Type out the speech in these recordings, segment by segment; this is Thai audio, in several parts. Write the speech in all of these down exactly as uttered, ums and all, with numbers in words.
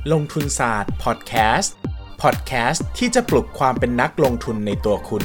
ลงทุนศาสตร์พอดแคสต์พอดแคสต์ที่จะปลุกความเป็นนักลงทุนในตัวคุณ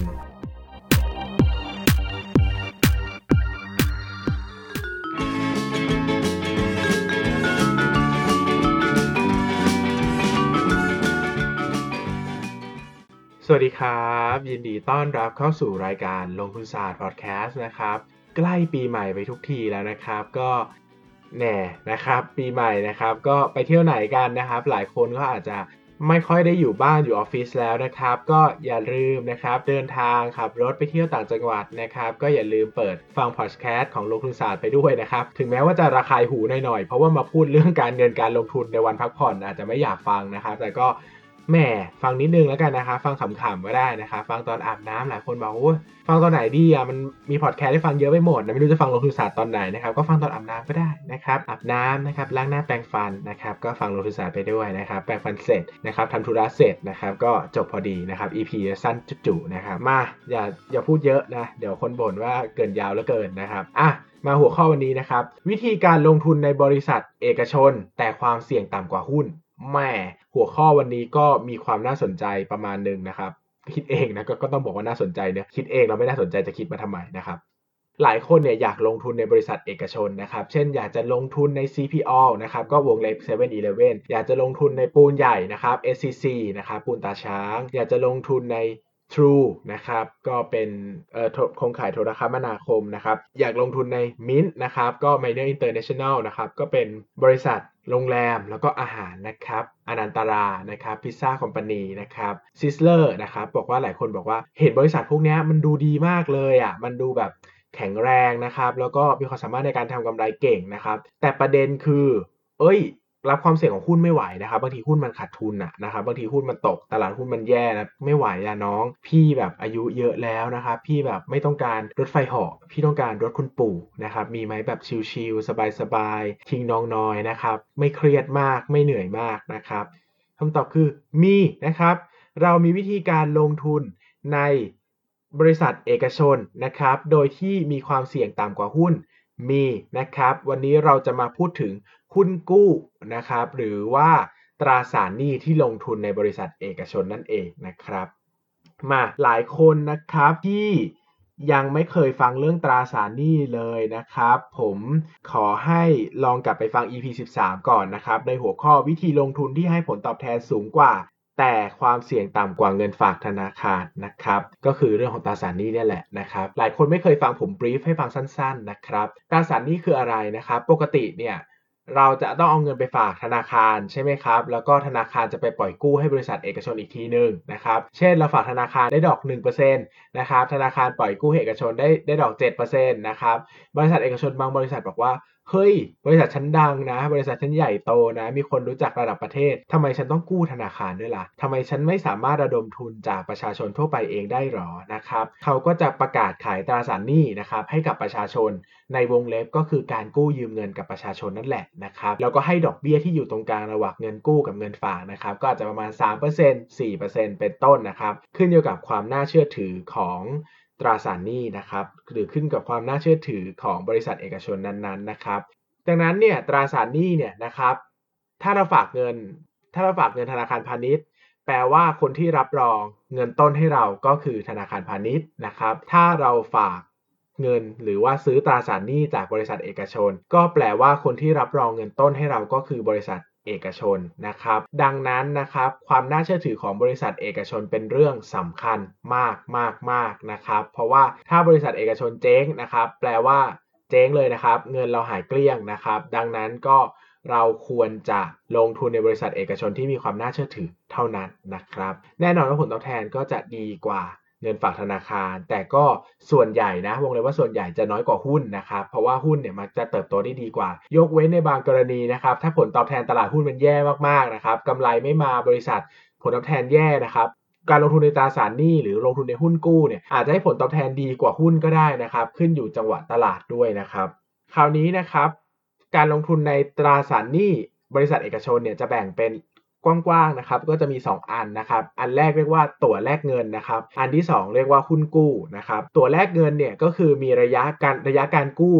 สวัสดีครับยินดีต้อนรับเข้าสู่รายการลงทุนศาสตร์พอดแคสต์นะครับใกล้ปีใหม่ไปทุกทีแล้วนะครับก็แน่นะครับปีใหม่นะครับก็ไปเที่ยวไหนกันนะครับหลายคนก็อาจจะไม่ค่อยได้อยู่บ้านอยู่ออฟฟิศแล้วนะครับก็อย่าลืมนะครับเดินทางขับรถไปเที่ยวต่างจังหวัดนะครับก็อย่าลืมเปิดฟังพอดแคสต์ของลงทุนศาสตร์ไปด้วยนะครับถึงแม้ว่าจะระคายหูหน่อยๆเพราะว่ามาพูดเรื่องการเงินการลงทุนในวันพักผ่อนอาจจะไม่อยากฟังนะครับแต่ก็แหมฟังนิดนึงแล้วกันนะคะฟังขำๆก็ได้นะคะฟังตอนอาบน้ำหลายคนบอกโอ้ยฟังตอนไหนดีอ่ะมันมีพอดแคสต์ให้ฟังเยอะไปหมดนะไม่รู้จะฟังลงทุนศาสตร์ตอนไหนนะครับก็ฟังตอนอาบน้ำก็ได้นะครับอาบน้ำนะครับล้างหน้าแปรงฟันนะครับก็ฟังลงทุนศาสตร์ไปด้วยนะครับแปรงฟันเสร็จนะครับทำธุระเสร็จนะครับก็จบพอดีนะครับ อี พี สั้นจุ๋ๆนะครับมาอย่าอย่าพูดเยอะนะเดี๋ยวคนบ่นว่าเกินยาวเหลือเกินนะครับอ่ะมาหัวข้อวันนี้นะครับวิธีการลงทุนในบริษัทเอกชนแต่ความเสี่ยงต่ำกว่าหุ้นแม่หัวข้อวันนี้ก็มีความน่าสนใจประมาณนึงนะครับคิดเองนะ ก, ก็ต้องบอกว่าน่าสนใจเนอะคิดเองเราไม่น่าสนใจจะคิดมาทำไมนะครับหลายคนเนี่ยอยากลงทุนในบริษัทเอกชนนะครับเช่นอยากจะลงทุนใน ซี พี โอ นะครับก็วงเล็บ เซเว่น อีเลฟเว่น อยากจะลงทุนในปูนใหญ่นะครับ เอส ซี ซี นะครับปูนตาช้างอยากจะลงทุนในTrue นะครับก็เป็นเอ่อโครงข่ายโทรคมนาคมนะครับอยากลงทุนใน Mint นะครับก็ Minor International นะครับก็เป็นบริษัทโรงแรมแล้วก็อาหารนะครับอนันตรานะครับพิซซ่าคอมพานีนะครับซิสเลอร์นะครับบอกว่าหลายคนบอกว่าเห็นบริษัทพวกนี้มันดูดีมากเลยอ่ะมันดูแบบแข็งแรงนะครับแล้วก็มีความสามารถในการทำกำไรเก่งนะครับแต่ประเด็นคือเอ้ยรับความเสี่ยงของหุ้นไม่ไหวนะครับบางทีหุ้นมันขาดทุนอ่ะนะครับบางทีหุ้นมันตกตลาดหุ้นมันแย่นะไม่ไหวอ่ะน้องพี่แบบอายุเยอะแล้วนะครับพี่แบบไม่ต้องการรถไฟเหาะพี่ต้องการรถคุณปู่นะครับมีไหมแบบชิลๆสบายๆทิ้งน้องน้อยนะครับไม่เครียดมากไม่เหนื่อยมากนะครับคำตอบคือมีนะครับเรามีวิธีการลงทุนในบริษัทเอกชนนะครับโดยที่มีความเสี่ยงต่ำกว่าหุ้นมีนะครับวันนี้เราจะมาพูดถึงหุ้นกู้นะครับหรือว่าตราสารหนี้ที่ลงทุนในบริษัทเอกชนนั่นเองนะครับมาหลายคนนะครับที่ยังไม่เคยฟังเรื่องตราสารหนี้เลยนะครับผมขอให้ลองกลับไปฟัง อี พี สิบสามก่อนนะครับในหัวข้อวิธีลงทุนที่ให้ผลตอบแทนสูงกว่าแต่ความเสี่ยงต่ำกว่าเงินฝากธนาคารนะครับก็คือเรื่องของตราสารหนี้นี่แหละนะครับหลายคนไม่เคยฟังผมบรีฟให้ฟังสั้นๆนะครับตราสารหนี้คืออะไรนะครับปกติเนี่ยเราจะต้องเอาเงินไปฝากธนาคารใช่ไหมครับแล้วก็ธนาคารจะไปปล่อยกู้ให้บริษัทเอกชนอีกทีนึงนะครับเช่นเราฝากธนาคารได้ดอก หนึ่งเปอร์เซ็นต์ นะครับธนาคารปล่อยกู้ให้เอกชนได้ได้ดอก เจ็ดเปอร์เซ็นต์ นะครับบริษัทเอกชนบางบริษัทบอกว่าเฮ้ยบริษัทฉันดังนะบริษัทฉันใหญ่โตนะมีคนรู้จักระดับประเทศทำไมฉันต้องกู้ธนาคารด้วยล่ะทำไมฉันไม่สามารถระดมทุนจากประชาชนทั่วไปเองได้หรอนะครับเขาก็จะประกาศขายตราสารหนี้นะครับให้กับประชาชนในวงเล็บก็คือการกู้ยืมเงินกับประชาชนนั่นแหละนะครับแล้วก็ให้ดอกเบี้ยที่อยู่ตรงกลางระหว่างเงินกู้กับเงินฝากนะครับก็อาจจะประมาณ สามเปอร์เซ็นต์ สี่เปอร์เซ็นต์ เป็นต้นนะครับขึ้นอยู่กับความน่าเชื่อถือของตราสารหนี้นะครับหรือขึ้นกับความน่าเชื่อถือของบริษัทเอกชนนั้นๆนะครับดังนั้นเนี่ยตราสารหนี้เนี่ยนะครับถ้าเราฝากเงินถ้าเราฝากเงินธนาคารพาณิชย์แปลว่าคนที่รับรองเงินต้นให้เราก็คือธนาคารพาณิชย์นะครับถ้าเราฝากเงินหรือว่าซื้อตราสารหนี้จากบริษัทเอกชนก็แปลว่าคนที่รับรองเงินต้นให้เราก็คือบริษัทเอกชนนะครับดังนั้นนะครับความน่าเชื่อถือของบริษัทเอกชนเป็นเรื่องสำคัญมากมากมากนะครับเพราะว่าถ้าบริษัทเอกชนเจ๊งนะครับแปลว่าเจ๊งเลยนะครับเงินเราหายเกลี้ยงนะครับดังนั้นก็เราควรจะลงทุนในบริษัทเอกชนที่มีความน่าเชื่อถือเท่านั้นนะครับแน่นอนว่าผลตอบแทนก็จะดีกว่าเงินฝากธนาคารแต่ก็ส่วนใหญ่นะวงเล็บว่าส่วนใหญ่จะน้อยกว่าหุ้นนะครับเพราะว่าหุ้นเนี่ยมันจะเติบโตได้ดีกว่ายกเว้นในบางกรณีนะครับถ้าผลตอบแทนตลาดหุ้นมันแย่มากๆนะครับกำไรไม่มาบริษัทผลตอบแทนแย่นะครับการลงทุนในตราสารหนี้หรือลงทุนในหุ้นกู้เนี่ยอาจจะให้ผลตอบแทนดีกว่าหุ้นก็ได้นะครับขึ้นอยู่จังหวะตลาดด้วยนะครับคราวนี้นะครับการลงทุนในตราสารหนี้บริษัทเอกชนเนี่ยจะแบ่งเป็นกว้างๆนะครับก็จะมีสองอันนะครับอันแรกเรียกว่าตั๋วแลกเงินนะครับอันที่สองเรียกว่าหุ้นกู้นะครับตั๋วแลกเงินเนี่ยก็คือมีระยะการระยะการกู้เนี่ย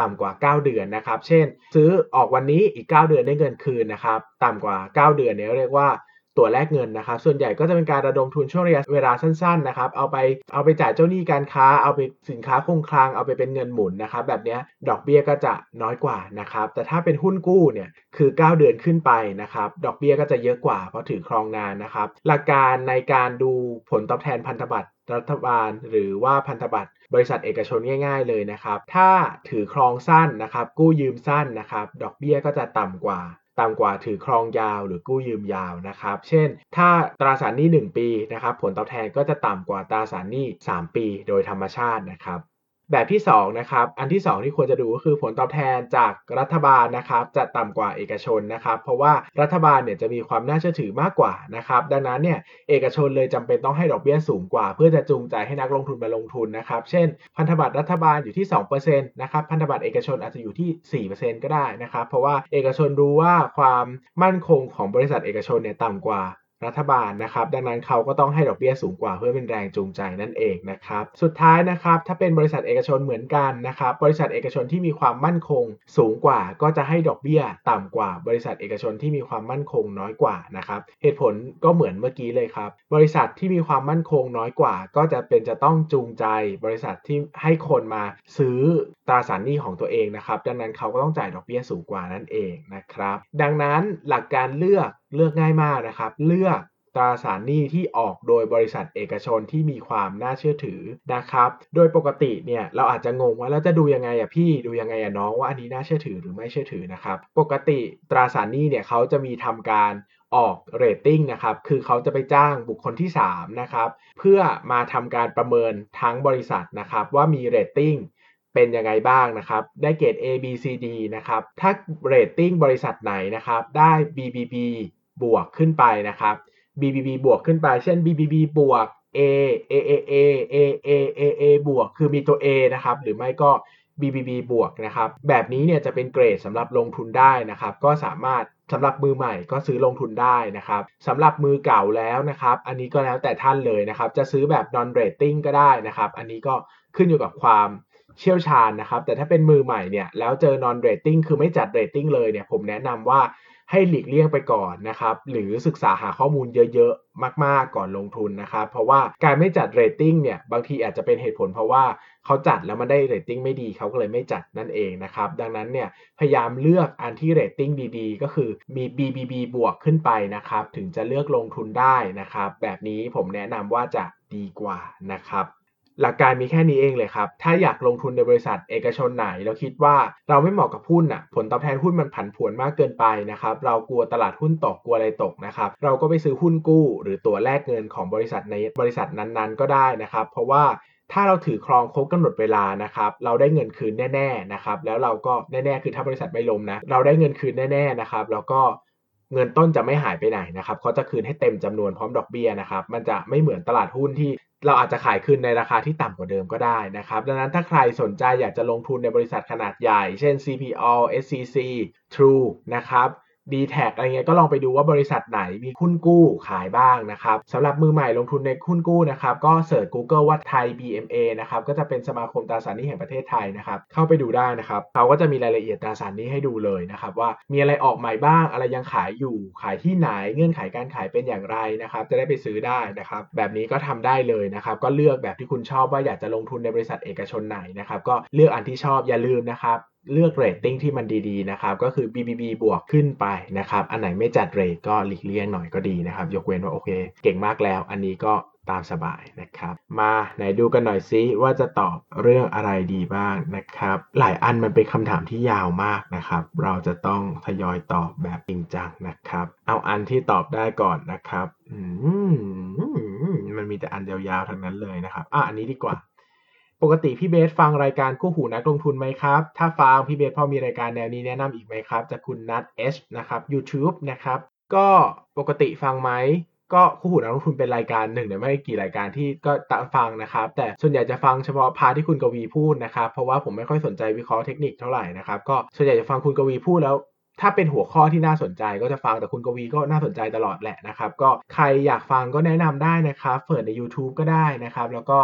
ต่ำกว่าเก้าเดือนนะครับเช่นซื้อออกวันนี้อีกเก้าเดือนได้เงินคืนนะครับต่ำกว่าเก้าเดือนเนี่ยเรียกว่าตั๋วแลกเงินนะครับส่วนใหญ่ก็จะเป็นการระดมทุนช่วงระยะเวลาสั้นๆนะครับเอาไปเอาไปจ่ายเจ้าหนี้การค้าเอาไปสินค้าคงคลังเอาไปเป็นเงินหมุนนะครับแบบนี้ดอกเบี้ยก็จะน้อยกว่านะครับแต่ถ้าเป็นหุ้นกู้เนี่ยคือเก้าเดือนขึ้นไปนะครับดอกเบี้ยก็จะเยอะกว่าเพราะถือครองนานนะครับหลักการในการดูผลตอบแทนพันธบัตรรัฐบาลหรือว่าพันธบัตรบริษัทเอกชนง่ายๆเลยนะครับถ้าถือครองสั้นนะครับกู้ยืมสั้นนะครับดอกเบี้ยก็จะต่ำกว่าต่ำกว่าถือครองยาวหรือกู้ยืมยาวนะครับเช่นถ้าตราสารหนี้หนึ่งปีนะครับผลตอบแทนก็จะต่ำกว่าตราสารหนี้สามปีโดยธรรมชาตินะครับแบบที่สองนะครับอันที่สองที่ควรจะดูก็คือผลตอบแทนจากรัฐบาลนะครับจะต่ำกว่าเอกชนนะครับเพราะว่ารัฐบาลเนี่ยจะมีความน่าเชื่อถือมากกว่านะครับดังนั้นเนี่ยเอกชนเลยจำเป็นต้องให้ดอกเบี้ยสูงกว่าเพื่อจะจูงใจให้นักลงทุนมาลงทุนนะครับเช่นพันธบัตรรัฐบาลอยู่ที่ สองเปอร์เซ็นต์ นะครับพันธบัตรเอกชนอาจจะอยู่ที่ สี่เปอร์เซ็นต์ ก็ได้นะครับเพราะว่าเอกชนรู้ว่าความมั่นคงของบริษัทเอกชนเนี่ยต่ำกว่ารัฐบาลนะครับดังนั้นเขาก็ต้องให้ดอกเบี้ยสูงกว่าเพื่อเป็นแรงจูงใจนั่นเองนะครับสุดท้ายนะครับถ้าเป็นบริษัทเอกชนเหมือนกันนะครับบริษัทเอกชนที่มีความมั่นคงสูงกว่าก็จะให้ดอกเบี้ยต่ำกว่าบริษัทเอกชนที่มีความมั่นคงน้อยกว่านะครับเหตุผลก็เหมือนเมื่อกี้เลยครับบริษัทที่มีความมั่นคงน้อยกว่าก็จะเป็นจะต้องจูงใจบริษัทที่ให้คนมาซื้อตราสารหนี้ของตัวเองนะครับดังนั้นเขาก็ต้องจ่ายดอกเบี้ยสูงกว่านั่นเองนะครับดังนั้นหลักการเลือกเลือกง่ายมากนะครับเลือกตราสารหนี้ที่ออกโดยบริษัทเอกชนที่มีความน่าเชื่อถือนะครับโดยปกติเนี่ยเราอาจจะงงว่าแล้วจะดูยังไงอะพี่ดูยังไงอะน้องว่าอันนี้น่าเชื่อถือหรือไม่เชื่อถือนะครับปกติตราสารหนี้เนี่ยเขาจะมีทำการออกเรตติ้งนะครับคือเขาจะไปจ้างบุคคลที่สามนะครับเพื่อมาทำการประเมินทั้งบริษัทนะครับว่ามีเรตติ้งเป็นยังไงบ้างนะครับได้เกรด A B C D นะครับถ้าเรตติ้งบริษัทไหนนะครับได้ บี บี บี บวกขึ้นไปนะครับบี บี บี บวกขึ้นไปเช่น บี บี บี บวก A A A A A A A A บวกคือมีตัว A นะครับหรือไม่ก็ บี บี บี บวกนะครับแบบนี้เนี่ยจะเป็นเกรดสำหรับลงทุนได้นะครับก็สามารถสำหรับมือใหม่ก็ซื้อลงทุนได้นะครับสำหรับมือเก่าแล้วนะครับอันนี้ก็แล้วแต่ท่านเลยนะครับจะซื้อแบบ non rating ก็ได้นะครับอันนี้ก็ขึ้นอยู่กับความเชี่ยวชาญนะครับแต่ถ้าเป็นมือใหม่เนี่ยแล้วเจอ non rating คือไม่จัด rating เลยเนี่ยผมแนะนำว่าให้หลีกเลี่ยงไปก่อนนะครับหรือศึกษาหาข้อมูลเยอะๆมากๆก่อนลงทุนนะครับเพราะว่าการไม่จัดเรตติ้งเนี่ยบางทีอาจจะเป็นเหตุผลเพราะว่าเขาจัดแล้วมันได้เรตติ้งไม่ดีเขาก็เลยไม่จัดนั่นเองนะครับดังนั้นเนี่ยพยายามเลือกอันที่เรตติ้งดีๆก็คือมี บี บี บี บวกขึ้นไปนะครับถึงจะเลือกลงทุนได้นะครับแบบนี้ผมแนะนำว่าจะดีกว่านะครับหลักการมีแค่นี้เองเลยครับถ้าอยากลงทุนในบริษัทเอกชนไหนแล้วคิดว่าเราไม่เหมาะกับหุ้นอ่ะผลตอบแทนหุ้นมันผันผวนมากเกินไปนะครับเรากลัวตลาดหุ้นตกกลัวอะไรตกนะครับเราก็ไปซื้อหุ้นกู้หรือตั๋วแลกเงินของบริษัทในบริษัทนั้นๆก็ได้นะครับเพราะว่าถ้าเราถือครองครบกำหนดเวลานะครับเราได้เงินคืนแน่ๆนะครับแล้วเราก็แน่ๆคือถ้าบริษัทไม่ล้มนะเราได้เงินคืนแน่ๆนะครับแล้วก็เงินต้นจะไม่หายไปไหนนะครับเขาจะคืนให้เต็มจำนวนพร้อมดอกเบี้ยนะครับมันจะไม่เหมือนตลาดหุ้นที่เราอาจจะขายคืนในราคาที่ต่ำกว่าเดิมก็ได้นะครับดังนั้นถ้าใครสนใจอยากจะลงทุนในบริษัทขนาดใหญ่เช่น ซี พี แอล เอส ซี ซี True นะครับ ดี แท็ก อะไรเงี้ยก็ลองไปดูว่าบริษัทไหนมีหุ้นกู้ขายบ้างนะครับสำหรับมือใหม่ลงทุนในหุ้นกู้นะครับก็เสิร์ช Google ว่าไทย บี เอ็ม เอ นะครับก็จะเป็นสมาคมตราสารหนี้แห่งประเทศไทยนะครับเข้าไปดูได้นะครับเขาก็จะมีรายละเอียดตราสารหนี้ให้ดูเลยนะครับว่ามีอะไรออกใหม่บ้างอะไรยังขายอยู่ขายที่ไหนเงื่อนไขการขายเป็นอย่างไรนะครับจะได้ไปซื้อได้นะครับแบบนี้ก็ทำได้เลยนะครับก็เลือกแบบที่คุณชอบว่าอยากจะลงทุนในบริษัทเอกชนไหนนะครับก็เลือกอันที่ชอบอย่าลืมนะครับเลือกเรตติ้งที่มันดีๆนะครับก็คือ บี บี บี บวกขึ้นไปนะครับอันไหนไม่จัดเรทก็หลีกเลี่ยงหน่อยก็ดีนะครับยกเว้นว่าโอเคเก่งมากแล้วอันนี้ก็ตามสบายนะครับมาไหนดูกันหน่อยซิว่าจะตอบเรื่องอะไรดีบ้างนะครับหลายอันมันเป็นคำถามที่ยาวมากนะครับเราจะต้องทยอยตอบแบบจริงจังนะครับเอาอันที่ตอบได้ก่อนนะครับอืมมันมีแต่อันยาวๆทั้งนั้นเลยนะครับอ่ะอันนี้ดีกว่าปกติพี่เบสฟังรายการคู่หูนักลงทุนไหมครับถ้าฟังพี่เบสพอมีรายการแนวนี้แนะนำอีกไหมครับจากคุณนัท H นะครับ YouTube นะครับก็ปกติฟังไหมก็คู่หูนักลงทุนเป็นรายการหนึ่งในไม่กี่รายการที่ก็ตามฟังนะครับแต่ส่วนใหญ่จะฟังเฉพาะพาร์ทที่คุณกวีพูดนะครับเพราะว่าผมไม่ค่อยสนใจวิเคราะห์เทคนิคเท่าไหร่นะครับก็ส่วนใหญ่จะฟังคุณกวีพูดแล้วถ้าเป็นหัวข้อที่น่าสนใจก็จะฟังแต่คุณกวีก็น่าสนใจตลอดแหละนะครับก็ใครอยากฟังก็แนะนำได้นะครับเปิดใน YouTube ก็ได้นะครับแล้วก็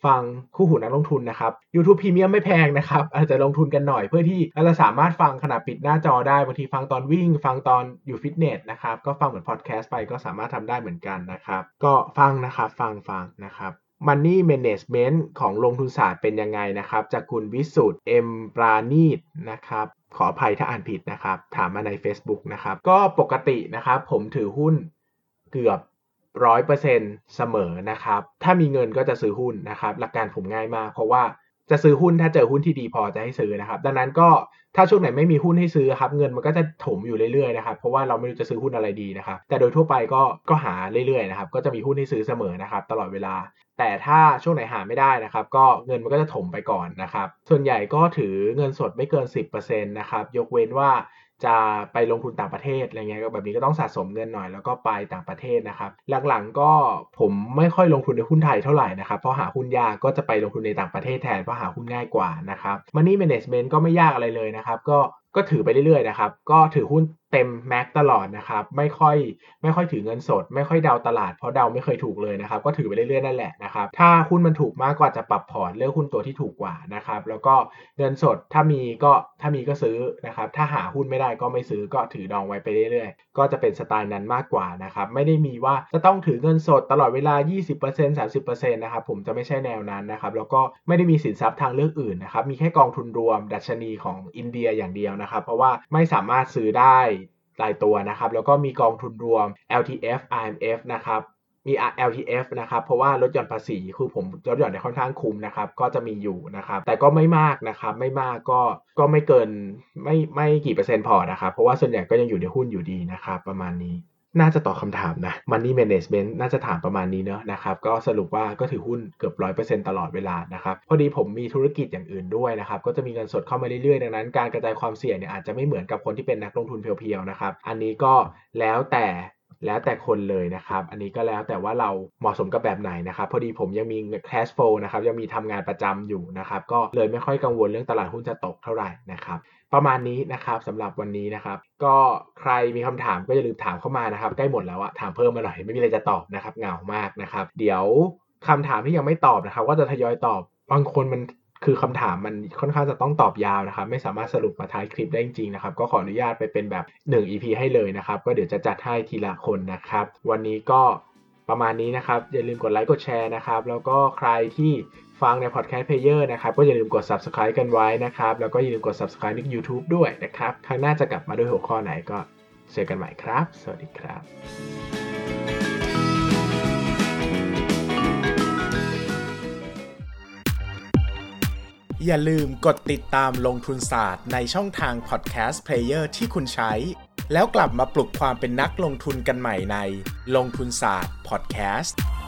ฟังคู่หูนักลงทุนนะครับ YouTube Premium ไม่แพงนะครับอาจจะลงทุนกันหน่อยเพื่อที่เราจะสามารถฟังขณะปิดหน้าจอได้บางทีฟังตอนวิ่งฟังตอนอยู่ฟิตเนสนะครับก็ฟังเหมือนพอดแคสต์ไปก็สามารถทำได้เหมือนกันนะครับก็ฟังนะครับฟังฟังนะครับ Money Management ของลงทุนศาสตร์เป็นยังไงนะครับจากคุณวิสุทธ์ เอ็ม ปราณีตนะครับขออภัยถ้าอ่านผิดนะครับถามมาใน Facebook นะครับก็ปกตินะครับผมถือหุ้นเกือบ หนึ่งร้อยเปอร์เซ็นต์ เสมอนะครับถ้ามีเงินก็จะซื้อหุ้นนะครับหลักการผมง่ายมากเพราะว่าจะซื้อหุ้นถ้าเจอหุ้นที่ดีพอจะให้ซื้อนะครับดังนั้นก็ถ้าช่วงไหนไม่มีหุ้นให้ซื้อครับเงินมันก็จะถมอยู่เรื่อยๆนะครับเพราะว่าเราไม่รู้จะซื้อหุ้นอะไรดีนะครับแต่โดยทั่วไปก็ก็หาเรื่อยๆนะครับก็จะมีหุ้นให้ซื้อเสมอนะครับตลอดเวลาแต่ถ้าช่วงไหนหาไม่ได้นะครับก็เงินมันก็จะถมไปก่อนนะครับส่วนใหญ่ก็ถือเงินสดไม่เกิน สิบเปอร์เซ็นต์ นะครับยกเว้นว่าจะไปลงทุนต่างประเทศอะไรเงี้ยก็แบบนี้ก็ต้องสะสมเงินหน่อยแล้วก็ไปต่างประเทศนะครับหลังๆก็ผมไม่ค่อยลงทุนในหุ้นไทยเท่าไหร่นะครับเพราะหาหุ้นยากก็จะไปลงทุนในต่างประเทศแทนเพราะหาหุ้นง่ายกว่านะครับ Money Management ก็ไม่ยากอะไรเลยนะครับก็ก็ถือไปเรื่อยๆนะครับก็ถือหุ้นเต็มแม็กตลอดนะครับไม่ค่อยไม่ค่อยถือเงินสดไม่ค่อยเดาตลาดเพราะเดาไม่เคยถูกเลยนะครับก็ถือไปเรื่อยๆนั่นแหละนะครับถ้าหุ้นมันถูกมากก็อาจจะปรับพอร์ตเลือกหุ้นตัวที่ถูกกว่านะครับแล้วก็เงินสดถ้ามีก็ถ้ามีก็ซื้อนะครับถ้าหาหุ้นไม่ได้ก็ไม่ซื้อก็ถือดองไว้ไปเรื่อยๆก็จะเป็นสไตล์นั้นมากกว่านะครับไม่ได้มีว่าจะต้องถือเงินสดตลอดเวลา ยี่สิบเปอร์เซ็นต์ สามสิบเปอร์เซ็นต์ นะครับผมจะไม่ใช่แนวนั้นนะครับแล้วก็ไม่ได้มีสินทรัพย์ทางเลือกอื่นนะครับมีแค่กองทุนรวมดัชนีของอินเดียอย่างเดียวนะครับเพราะว่าไม่สามารถซื้อได้รายตัวนะครับแล้วก็มีกองทุนรวม แอล ที เอฟ อาร์ เอ็ม เอฟ นะครับมี แอล ที เอฟ นะครับเพราะว่าลดหย่อนภาษีคือผมลดหย่อนได้ค่อนข้างคุ้มนะครับก็จะมีอยู่นะครับแต่ก็ไม่มากนะครับไม่มากก็ก็ไม่เกินไม่ไม่กี่เปอร์เซ็นต์พอนะครับเพราะว่าส่วนใหญ่ก็ยังอยู่ในหุ้นอยู่ดีนะครับประมาณนี้น่าจะตอบคำถามนะ Money Management น่าจะถามประมาณนี้เนอะนะครับก็สรุปว่าก็ถือหุ้นเกือบ หนึ่งร้อยเปอร์เซ็นต์ ตลอดเวลานะครับพอดีผมมีธุรกิจอย่างอื่นด้วยนะครับก็จะมีเงินสดเข้ามาเรื่อยๆดังนั้นการกระจายความเสี่ยงเนี่ยอาจจะไม่เหมือนกับคนที่เป็นนักลงทุนเพียวๆนะครับอันนี้ก็แล้วแต่แล้วแต่คนเลยนะครับอันนี้ก็แล้วแต่ว่าเราเหมาะสมกับแบบไหนนะครับพอดีผมยังมี cash flow นะครับยังมีทำงานประจำอยู่นะครับก็เลยไม่ค่อยกังวลเรื่องตลาดหุ้นจะตกเท่าไหร่นะครับประมาณนี้นะครับสำหรับวันนี้นะครับก็ใครมีคำถามก็อย่าลืมถามเข้ามานะครับใกล้หมดแล้วอะถามเพิ่มมาหน่อยไม่มีอะไรจะตอบนะครับเหงามากนะครับเดี๋ยวคำถามที่ยังไม่ตอบนะครับก็จะทยอยตอบบางคนมันคือคำถามมันค่อนข้างจะต้องตอบยาวนะครับไม่สามารถสรุปมาท้ายคลิปได้จริงๆนะครับก็ขออนุญาตไปเป็นแบบหนึ่ง อี พี ให้เลยนะครับก็เดี๋ยวจะจัดให้ทีละคนนะครับวันนี้ก็ประมาณนี้นะครับอย่าลืมกดไลค์กดแชร์นะครับแล้วก็ใครที่ฟังใน Podcast Player นะครับก็อย่าลืมกด Subscribe กันไว้นะครับแล้วก็อย่าลืมกด Subscribe ใน YouTube ด้วยนะครับครั้งหน้าจะกลับมาด้วยหัวข้อไหนก็เจอกันใหม่ครับสวัสดีครับอย่าลืมกดติดตามลงทุนศาสตร์ในช่องทาง Podcast Player ที่คุณใช้แล้วกลับมาปลุกความเป็นนักลงทุนกันใหม่ในลงทุนศาสตร์ Podcast